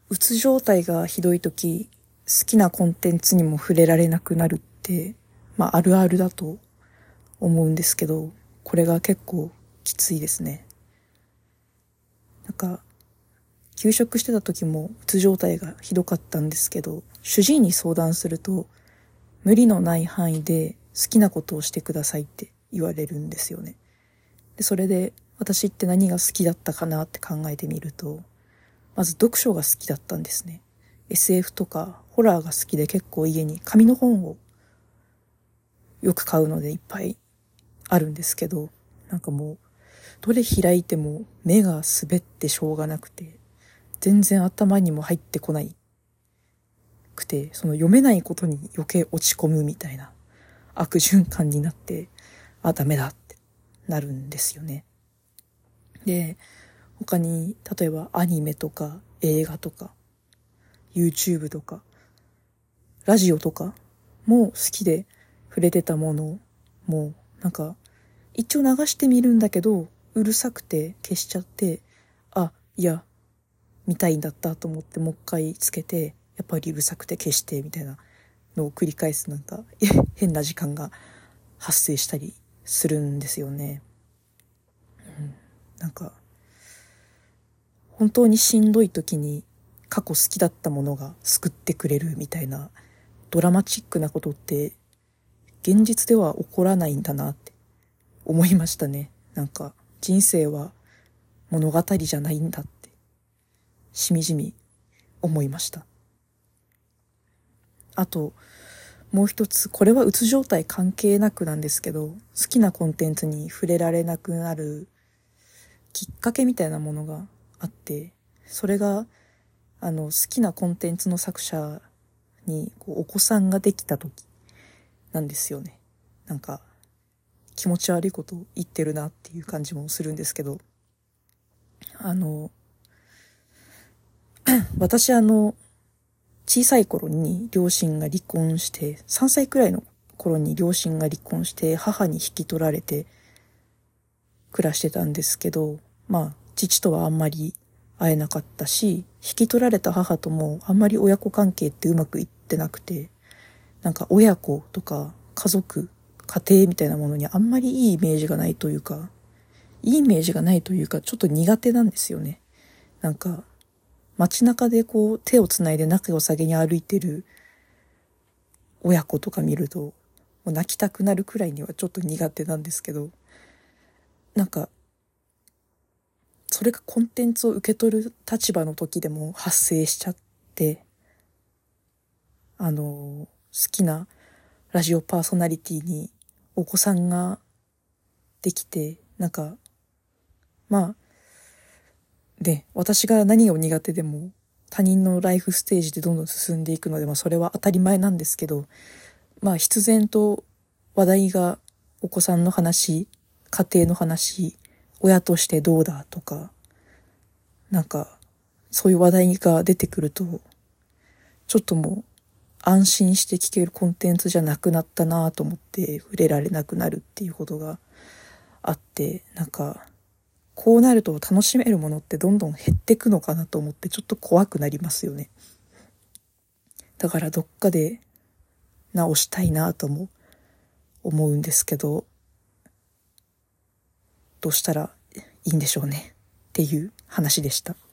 うつ状態がひどいとき、好きなコンテンツにも触れられなくなるって、あるあるだと思うんですけど、これが結構きついですね。休職してた時もうつ状態がひどかったんですけど、主治医に相談すると、無理のない範囲で好きなことをしてくださいって言われるんですよね。で、それで私って何が好きだったかなって考えてみると、まず読書が好きだったんですね。SF とかホラーが好きで結構家に紙の本をよく買うのでいっぱいあるんですけど、もうどれ開いても目が滑ってしょうがなくて、全然頭にも入ってこないくて、その読めないことに余計落ち込むみたいな悪循環になって、ダメだってなるんですよね。で、他に例えばアニメとか映画とか YouTube とかラジオとかも好きで触れてたものも一応流してみるんだけど、うるさくて消しちゃって、いや見たいんだったと思ってもう一回つけて、やっぱりうるさくて消してみたいなのを繰り返す変な時間が発生したりするんですよね。本当にしんどい時に過去好きだったものが救ってくれるみたいなドラマチックなことって現実では起こらないんだなって思いましたね。人生は物語じゃないんだってしみじみ思いました。あともう一つ、これはうつ状態関係なくなんですけど、好きなコンテンツに触れられなくなるきっかけみたいなものがあって、それが好きなコンテンツの作者にお子さんができた時なんですよね。気持ち悪いことを言ってるなっていう感じもするんですけど、私小さい頃に両親が離婚して、3歳くらいの頃に両親が離婚して母に引き取られて暮らしてたんですけど、父とはあんまり会えなかったし、引き取られた母ともあんまり親子関係ってうまくいってなくて、親子とか家族、家庭みたいなものにあんまりいいイメージがないというか、ちょっと苦手なんですよね。街中で手をつないで仲良さげに歩いてる親子とか見ると、もう泣きたくなるくらいにはちょっと苦手なんですけど、それがコンテンツを受け取る立場の時でも発生しちゃって、好きなラジオパーソナリティにお子さんができて、私が何を苦手でも他人のライフステージでどんどん進んでいくので、それは当たり前なんですけど、必然と話題がお子さんの話、家庭の話、親としてどうだとか、そういう話題が出てくると、ちょっともう安心して聞けるコンテンツじゃなくなったなと思って触れられなくなるっていうことがあって、こうなると楽しめるものってどんどん減ってくのかなと思ってちょっと怖くなりますよね。だからどっかで直したいなとも思うんですけど、どうしたらいいんでしょうねっていう話でした。